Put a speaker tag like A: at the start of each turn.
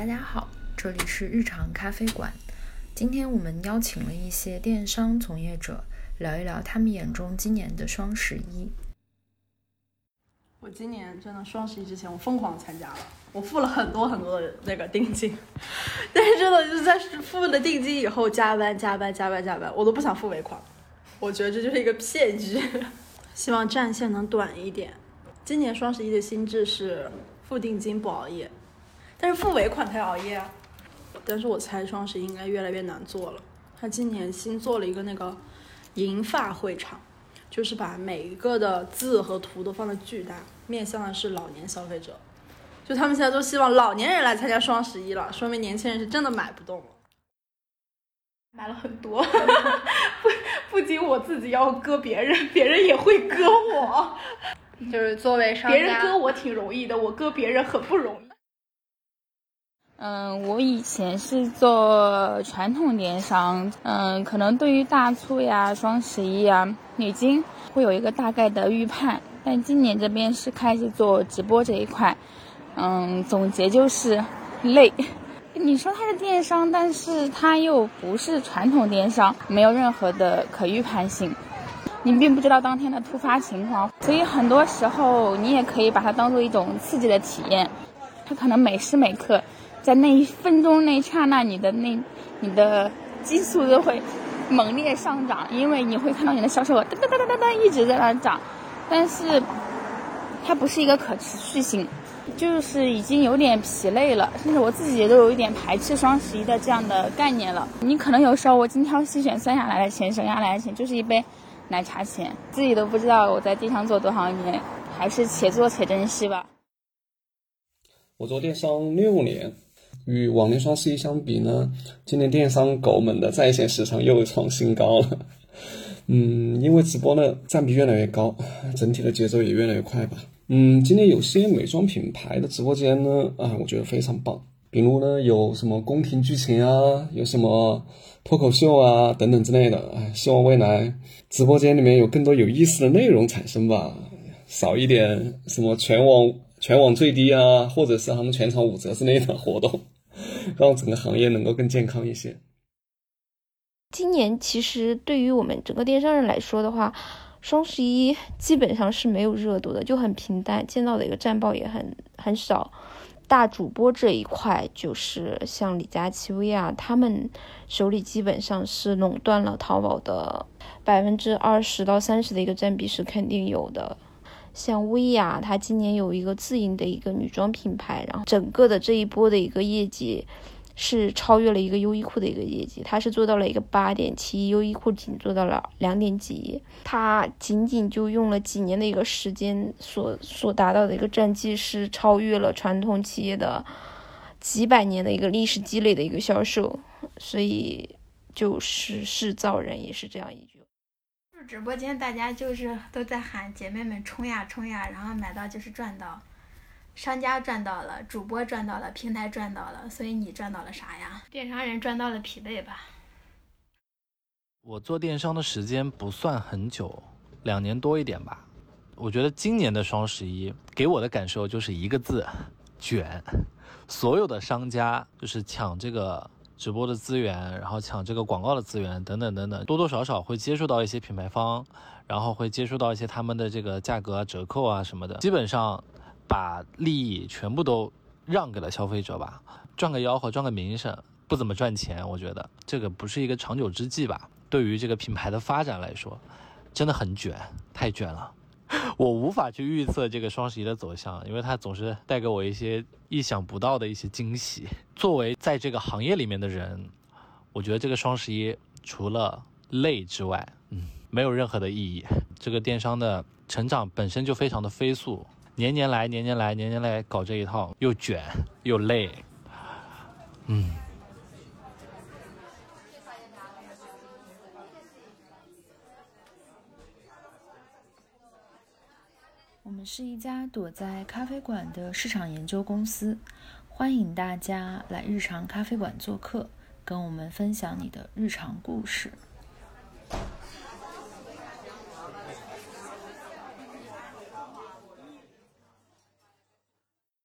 A: 大家好，这里是日常咖啡馆。今天我们邀请了一些电商从业者，聊一聊他们眼中今年的双11。
B: 我今年真的双11之前我疯狂参加了，我付了很多的那个定金，但是真的就是在付了定金以后加班，我都不想付尾款，我觉得这就是一个骗局。希望战线能短一点。今年双11的心智是付定金不熬夜，但是付尾款才熬夜啊。但是我猜双11应该越来越难做了。他今年新做了一个那个银发会场，就是把每一个的字和图都放得巨大，面向的是老年消费者。就他们现在都希望老年人来参加双11了，说明年轻人是真的买不动了。买了很多，不仅我自己要割别人，别人也会割我。
C: 就是作为商家，
B: 别人割我挺容易的，我割别人很不容易。
D: 我以前是做传统电商，可能对于大促呀、双11呀，已经会有一个大概的预判。但今年这边是开始做直播这一块，总结就是累。你说它是电商，但是它又不是传统电商，没有任何的可预判性。你并不知道当天的突发情况，所以很多时候你也可以把它当做一种刺激的体验。它可能每时每刻在那1分钟那刹那，你的激素都会猛烈上涨，因为你会看到你的销售额哒哒哒哒哒一直在那涨，但是它不是一个可持续性，就是已经有点疲累了，甚至我自己也都有一点排斥双11的这样的概念了。你可能有时候我精挑细选算下来的钱，省下来的钱就是一杯奶茶钱，自己都不知道我在电商做多少年，还是且做且珍惜吧。
E: 我做电商6年，与往年双11相比呢，今年电商狗们的在线时长又创新高了。因为直播呢占比越来越高，整体的节奏也越来越快吧。今年有些美妆品牌的直播间呢，我觉得非常棒。比如呢，有什么宫廷剧情啊，有什么脱口秀啊等等之类的。希望未来直播间里面有更多有意思的内容产生吧，少一点什么全网最低啊，或者是他们全场5折之类的活动，让整个行业能够更健康一些。
F: 今年其实对于我们整个电商人来说的话，双11基本上是没有热度的，就很平淡，见到的一个战报也很少。大主播这一块，就是像李佳琦、薇娅，他们手里基本上是垄断了淘宝的20%到30%的一个占比是肯定有的。像薇娅，她今年有一个自营的一个女装品牌，然后整个的这一波的一个业绩是超越了一个优衣库的一个业绩，它是做到了一个8.7亿，优衣库仅做到了2点几亿，它仅仅就用了几年的一个时间所达到的一个战绩是超越了传统企业的几百年的一个历史积累的一个销售，所以就是是造人，也是这样一句。
C: 直播间大家就是都在喊姐妹们冲呀冲呀，然后买到就是赚到。商家赚到了，主播赚到了，平台赚到了，所以你赚到了啥呀？电商人赚到了疲惫吧。
G: 我做电商的时间不算很久，2年多一点吧。我觉得今年的双11给我的感受就是一个字，卷。所有的商家就是抢这个直播的资源，然后抢这个广告的资源等等等等，多多少少会接触到一些品牌方，然后会接触到一些他们的这个价格啊、折扣啊什么的，基本上把利益全部都让给了消费者吧，赚个吆喝，赚个名声，不怎么赚钱。我觉得这个不是一个长久之计吧。对于这个品牌的发展来说，真的很卷，太卷了。我无法去预测这个双11的走向，因为它总是带给我一些意想不到的一些惊喜。作为在这个行业里面的人，我觉得这个双11除了累之外，没有任何的意义。这个电商的成长本身就非常的飞速。年年来搞这一套，又卷又累。
A: 我们是一家躲在咖啡馆的市场研究公司，欢迎大家来日常咖啡馆做客，跟我们分享你的日常故事。